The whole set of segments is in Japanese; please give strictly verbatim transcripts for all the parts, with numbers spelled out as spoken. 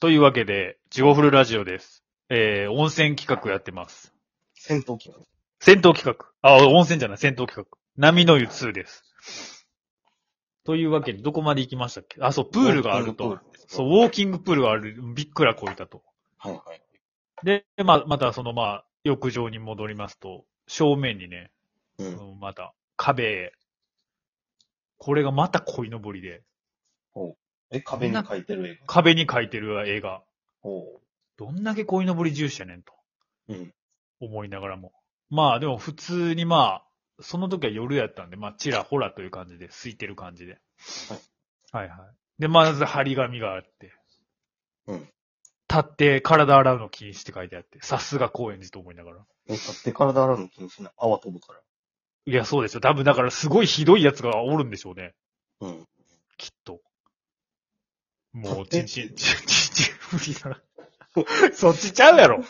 というわけで、ジゴフルラジオです。えー、温泉企画やってます。 戦闘企画。 戦闘企画。あ、温泉じゃない、戦闘企画。波の湯ツーです。というわけで、どこまで行きましたっけ？あ、そう、プールがあると。そう、ウォーキングプールがある。びっくらこいたと。 はいはい。 で、まあ、またその、まあ、浴場に戻りますと、正面にね、 うん。 うんまた、壁へ。これがまた鯉のぼりで、 ほう。え、壁に描いてる絵が。 壁に描いてる絵が、 ほどんだけ鯉のぼり重視やねんとう。うん。 思いながらも。まあでも普通にまあ、その時は夜やったんで、まあちらほらという感じで、空いてる感じで。はい。はいはい。で、まず張り紙があって。 うん。 立って体洗うの禁止って書いてあって、さすが高円寺と思いながら。 え、立って体洗うの禁止な。泡飛ぶから。 いや、そうですよ。多分だからすごいひどいやつがおるんでしょうね。 うん。 きっと。もう、 立ちんちん、 ってちんちん、無理だな。そっちちゃうやろ。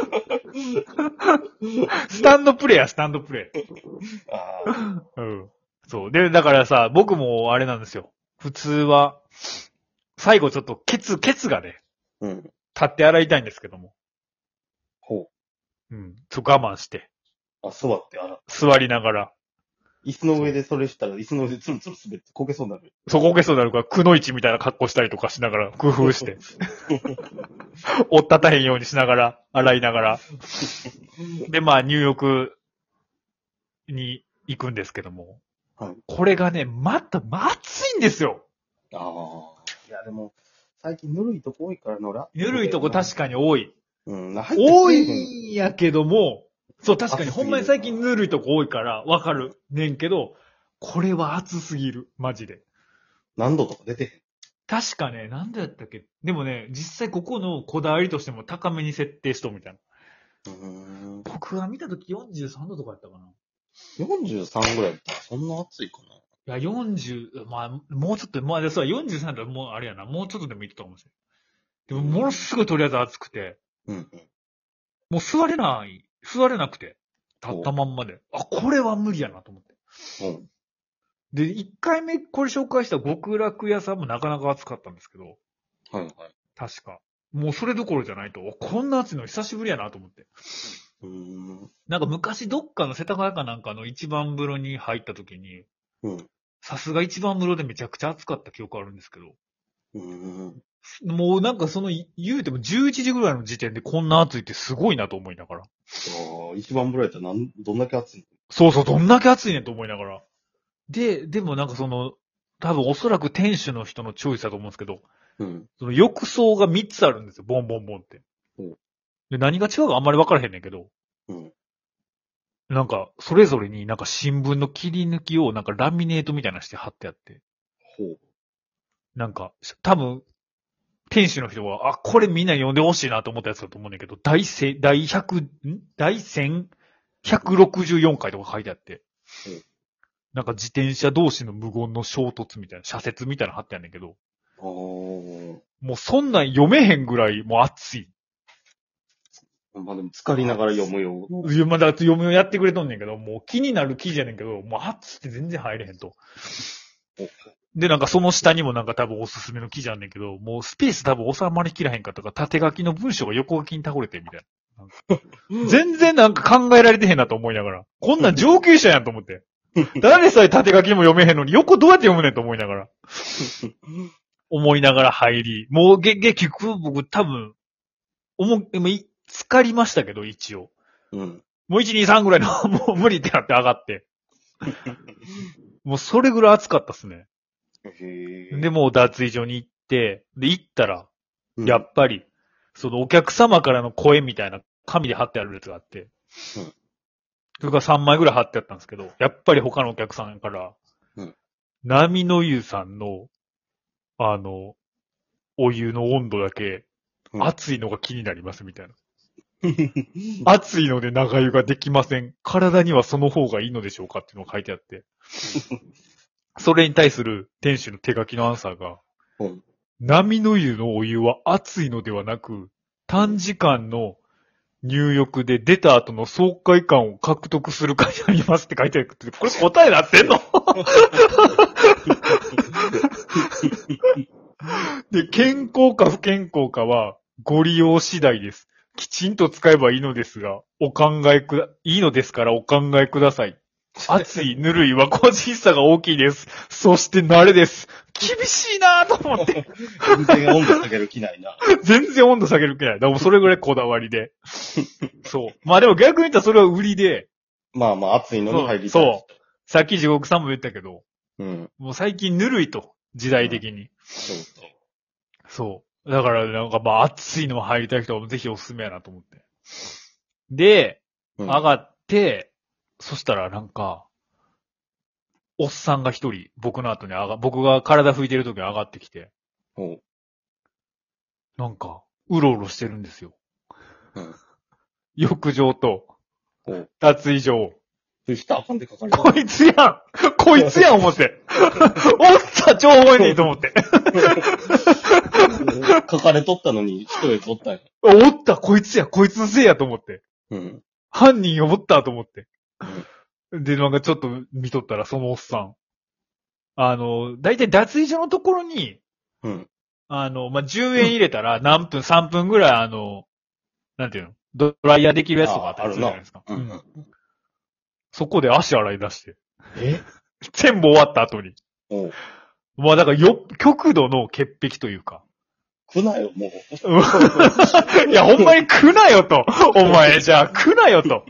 スタンドプレイや、スタンドプレイ。 ああ。 うん。そう。で、だからさ、僕もあれなんですよ。普通は、最後ちょっとケツ、ケツがね、 うん。 立って洗いたいんですけども。 ほうん。ちょっと我慢して。 う。あ、座って洗う。 座りながら。 椅子の上でそれしたら、椅子の上でツルツル滑ってこけそうになる。 そこけそうになるから、くのいちみたいな格好したりとかしながら、工夫して。おったたへんようにしながら、洗いながら。で、まあ、入浴に行くんですけども。 はい。 これがね、また、ま暑いんですよ。 ああ。いや、でも、最近ぬるいとこ多いからのら。 ぬるいとこ確かに多い。 うん、な入って多くれへん。 いんやけども、そう、確かに暑すぎるほんまに最近ぬるいとこ多いから、わかるねんけど、これは暑すぎる。マジで。 何度とか出てへん。 確かね、なんでやったっけ？でもね、実際ここのこだわりとしても高めに設定しとみたいな。 うーん。 僕が見たときよんじゅうさんどとかやったかな。 よんじゅうさんぐらいだったらそんな暑いかな。 いや、よんじゅう、まあ、もうちょっと、まあ、そう、よんじゅうさんだったらもうあれやな、もうちょっとでもいいと思うんですよ。でも、ものすごいとりあえず暑くて、 うんうん。 もう座れない、座れなくて、立ったまんまで。あ、これは無理やなと思って。 うん。 で、いっかいめこれ紹介した極楽屋さんもなかなか暑かったんですけど、 はいはい。 確か。もうそれどころじゃないと、こんな暑いの久しぶりやなと思って。 うーん。 なんか昔どっかの世田谷かなんかの一番風呂に入った時に、 うん。 さすが一番風呂でめちゃくちゃ暑かった記憶あるんですけど、 うーん。 もうなんかその、言うてもじゅういちじぐらいの時点でこんな暑いってすごいなと思いながら。 ああ、一番風呂やったらなん、どんだけ暑いそうそう、どんだけ暑いねんと思いながら。で、でもなんかその、多分おそらく店主の人のチョイスだと思うんですけど、 の？うん。 その浴槽がみっつあるんですよ、ボンボンボンってうん。 で、何が違うかあんまり分からへんねんけど、 うん。 なんか、それぞれになんか新聞の切り抜きをなんかラミネートみたいなのして貼ってあって、 ほう。 なんか、多分、店主の人は、あ、これみんな読んでほしいなと思ったやつだと思うねんだけど、第せ、第ひゃく、ん第せんひゃくろくじゅうよんかいとか書いてあって、 うんなんか自転車同士の無言の衝突みたいな、車説みたいなの貼ってあんねんけど、 ああ。 もうそんなん読めへんぐらいもう熱い。 まあでも、浸かりながら読むよ。 いや、まだ読みをやってくれとんねんけど、もう気になる記事やねんけど、もう熱って全然入れへんと。で、なんかその下にもなんか多分おすすめの記事あんねんけど、もうスペース多分収まりきらへんかったから、縦書きの文章が横書きに倒れてみたいな。全然なんか考えられてへんなと思いながら。こんなん上級者やんと思って。誰でさえ縦書きも読めへんのに、横どうやって読むねんと思いながら。思いながら入り。もう、げ、結局僕多分、思う、もうい、浸りましたけど、一応。 うん。 もういち、に、さんぐらいの、もう無理ってなって上がって。もうそれぐらい暑かったっすね。 へえ。 で、もう脱衣所に行って、で、行ったら、 うん、 やっぱり、そのお客様からの声みたいな紙で貼ってあるやつがあって、 うん、 それがさんまいぐらい貼ってあったんですけど、やっぱり他のお客さんから、 うん、 波の湯さんの、あの、お湯の温度だけ、 うん、 熱いのが気になりますみたいな。熱いので長湯ができません。体にはその方がいいのでしょうかっていうのが書いてあって。それに対する店主の手書きのアンサーが、 うん、 波の湯のお湯は熱いのではなく、短時間の入浴で出た後の爽快感を獲得するかにありますって書いてある。これ答えなってんので、健康か不健康かはご利用次第です。きちんと使えばいいのですが、お考えくだ、いいのですからお考えください。熱い、ぬるいは個人差が大きいです。そして慣れです。厳しいなぁと思って。 全然温度下げる気ないな。 全然温度下げる気ない。だからそれぐらいこだわりで。そう。まあでも逆に言ったらそれは売りで。 まあまあ暑いのに入りたい。 そう。さっき地獄さんも言ったけど。 うん。 もう最近ぬるいと。時代的に。うん、 そうそう。 そう。だからなんかまあ暑いの入りたい人はぜひおすすめやなと思って。で、 うん、 上がって、そしたらなんか、おっさんが一人、僕の後に上が、僕が体拭いてる時に上がってきて、 おなんか、うろうろしてるんですよ。 うん、 浴場と、 お脱衣場。 そしたらあかんで書かれてる。 こいつやんこいつやん思って。おった超本人と思って。 書かれとったのに一人おったんや。 おったこいつやこいつのせいやと思って。 うん、 犯人おったと思って。 うん、 で、なんかちょっと見とったら、そのおっさん。あの、だいたい脱衣所のところに、 うん、 あの、まあ、じゅうえん入れたら何分、さんぷんぐらいあの、なんていうのドライヤーできるやつとかあったりするじゃないですか。 うんうん、 そこで足洗い出して。 え全部終わった後に。 おまあだからよ、極度の潔癖というか。 来なよ、もう。いや、ほんまに来なよと。お前、じゃあ来なよと。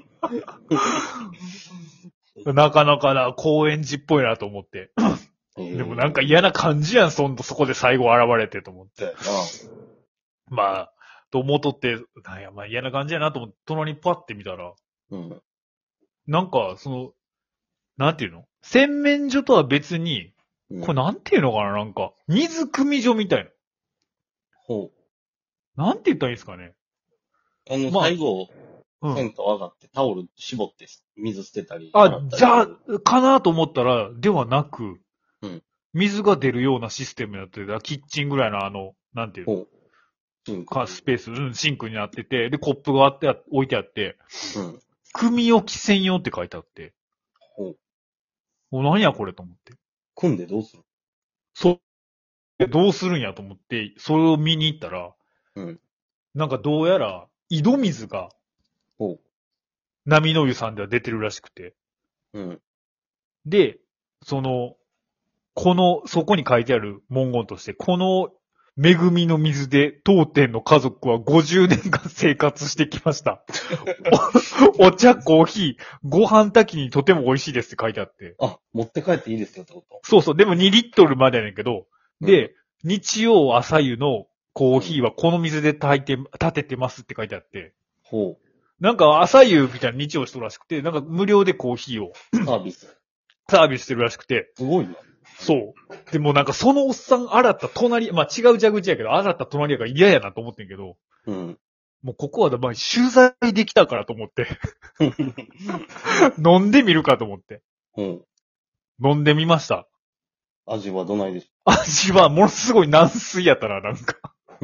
なかなかな、高円寺っぽいなと思って。でもなんか嫌な感じやん、そんとそこで最後現れてと思って。まあ、と思っとって、なんや、まあ嫌な感じやなと思って、隣にパッて見たら、 うん、 なんか、その、なんていうの洗面所とは別に、これなんていうのかななんか、水汲み所みたいな。 ほう。 なんて言ったらいいですかね。 あの、 まあ最後、 うん。 銭湯上がってタオル絞って水捨てたり。 あ、じゃあ、かなと思ったら、ではなく、 うん。 水が出るようなシステムやってて、キッチンぐらいのあの、なんていうのほう。シンク。 かスペース、うん、シンクになってて、で、コップがあって、置いてあって、 うん。 組み置き専用って書いてあって、 ほう。 お、なんやこれと思って。 組んでどうする？ そう。どうするんやと思って、それを見に行ったら、 うん。 なんかどうやら、井戸水が、 ほう。 波の湯さんでは出てるらしくて。 うん。 で、その、この、そこに書いてある文言として、この恵みの水で当店の家族はごじゅうねんかん生活してきました。お, お茶、コーヒー、ご飯炊きにとても美味しいですって書いてあって。 あ、持って帰っていいですよってこと？ そうそう。でもにリットルまでやねんけど、で、日曜朝湯のコーヒーはこの水で炊いて、立ててますって書いてあって。 ほう。 なんか朝湯みたいな日曜しとるらしくて、なんか無料でコーヒーをサービス。 サービスしてるらしくて。 すごいな。 そう。でもなんかそのおっさん洗った隣、まあ違う蛇口やけど、洗った隣やから嫌やなと思ってんけど、 うん。 もうここはまあ取材できたからと思って。飲んでみるかと思って。 うん。 飲んでみました。 味はどないでし味はものすごい軟水やったな、なんか。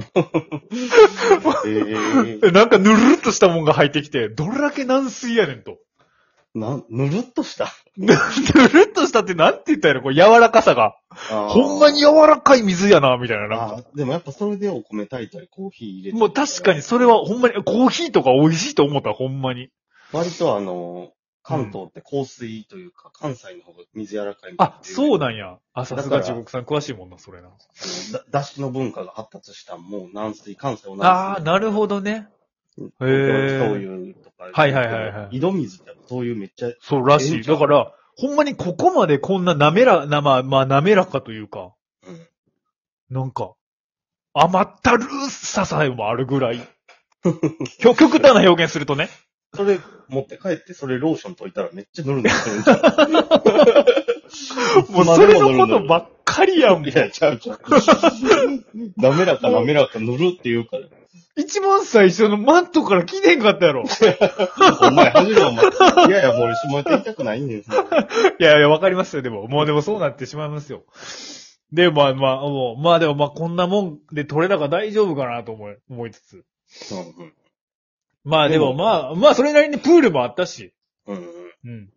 えー、 なんかぬるっとしたもんが入ってきて、どれだけ軟水やねんと。 な、ぬるっとした。 ぬるっとしたってなんて言ったやろこれ柔らかさが。ほんまに柔らかい水やな、みたいな。なんかでもやっぱそれでお米炊いたりコーヒー入れて。 もう確かにそれはほんまに、コーヒーとか美味しいと思った、ほんまに。 割とあの、関東って香水というか、うん、関西の方が水柔らかいみたいな。 あ、そうなんや。あ、さすが地獄さん詳しいもんな、それな。 だ、だしの文化が発達したもう軟水、関西を軟水。 ああ、なるほどね。 へえ。そういうとか。 はいはいはいはい。 井戸水ってそういうめっちゃ。 そうらしい。だから、ほんまにここまでこんな滑ら、な、まあ、まあ滑らかというか。うん。なんか、甘ったるささえもあるぐらい。極端な表現するとね。 それ持って帰ってそれローション溶いたらめっちゃ塗るんですよ。 もうそれのことばっかりやん。 いや、ちゃうちゃう。滑らか滑らか塗るって言うから。 一番最初のマットから来てんかったやろ。 お前、はじめお前。いやいや、もう俺下手言いたくないんですよ。 いやいや、わかりますよ、でも。もうでもそうなってしまいますよ。で、まあまあ、もう、まあでもまあこんなもんで取れたから大丈夫かなと思い、思いつつ。 うんうん、 まあでもまあ、まあそれなりにプールもあったし。 うんうん。 うん。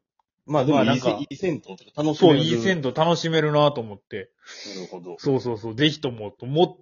まあでもいいせ、 まあなんかいい銭湯とか楽しそう、 める。 いい銭湯楽しめるなと思って。 なるほど。 そうそうそう、ぜひともと思って、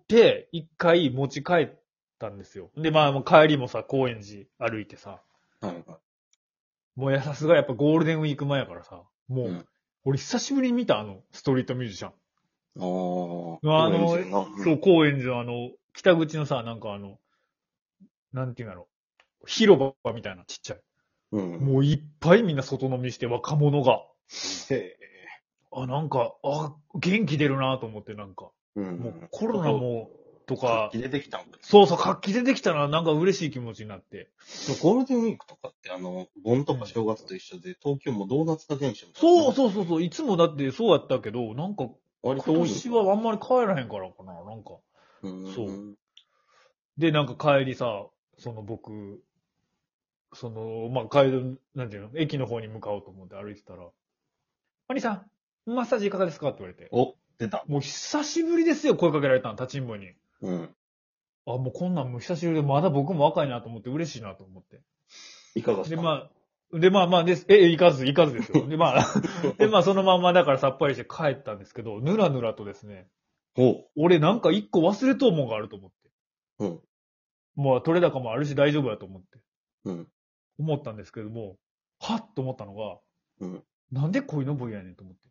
一回持ち帰ったんですよ。で、まあもう帰りもさ、高円寺歩いてさ、 はいはい。 もうやさすがやっぱゴールデンウィーク前やからさ、もう、 うん俺久しぶりに見たあの、ストリートミュージシャン。 ああ。 あの、 高円寺な。 そう、高円寺のあの、北口のさ、なんかあの、なんていうんだろう、広場みたいなちっちゃい。 うん。うん。 もういっぱいみんな外飲みして若者が。 へえ。 あ、なんか、あ、元気出るなと思ってなんか。 うん。 もうコロナも、と活か気、出てきたんだ。 そうそう、活気出てきたらなんか嬉しい気持ちになって。 ゴールデンウィークとかってあの、盆とか正月と一緒で、東京もドーナツ化現象みたいな。 そうそうそうそう、いつもだってそうやったけど、なんか、今割と多いん年はあんまり帰らへんからかな、なんか。 うーん。 そうで、なんか帰りさ、その僕、その、まあ、帰る、なんていうの、駅の方に向かおうと思って歩いてたら、アニさん、マッサージいかがですかって言われて。 お、出た。 もう久しぶりですよ、声かけられたの、立ちんぼに。 うん。 あ、もうこんなんもう久しぶりで、まだ僕も若いなと思って嬉しいなと思って。で、 いかがですかまあ、で、まあまあです。え、行かず、行かずですよ。で、まあ、で、まあそのまんまだからさっぱりして帰ったんですけど、ぬらぬらとですね、 お俺なんか一個忘れとうもんがあると思って。 うん。 もう取れ高もあるし大丈夫だと思って。 うん。 思ったんですけども、はっと思ったのが、 うん。 なんで鯉のぼりやねんと思って。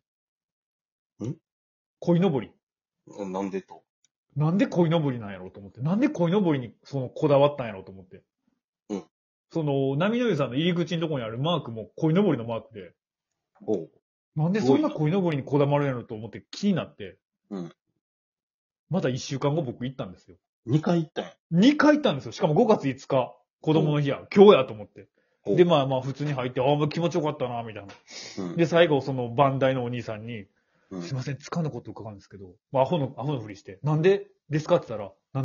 ん鯉のぼり。 なんでと。 なんで鯉のぼりなんやろうと思って。なんで鯉のぼりにそのこだわったんやろうと思って。 うん。 その、波の湯さんの入り口のところにあるマークも鯉のぼりのマークで、 おなんでそんな鯉のぼりにこだわるんやろうと思って気になって、 うん。 また一週間後僕行ったんですよ。 二回行ったんや。 二回行ったんですよ。しかもごがついつか、子供の日や。今日やと思って。 おで、まあまあ普通に入って、ああ、気持ちよかったな、みたいな。 うん。 で、最後そのバンダイのお兄さんに、 うんすいません、つかぬこと伺うんですけど、まあ、アホの、アホのふりして、なんでですかって言ったら、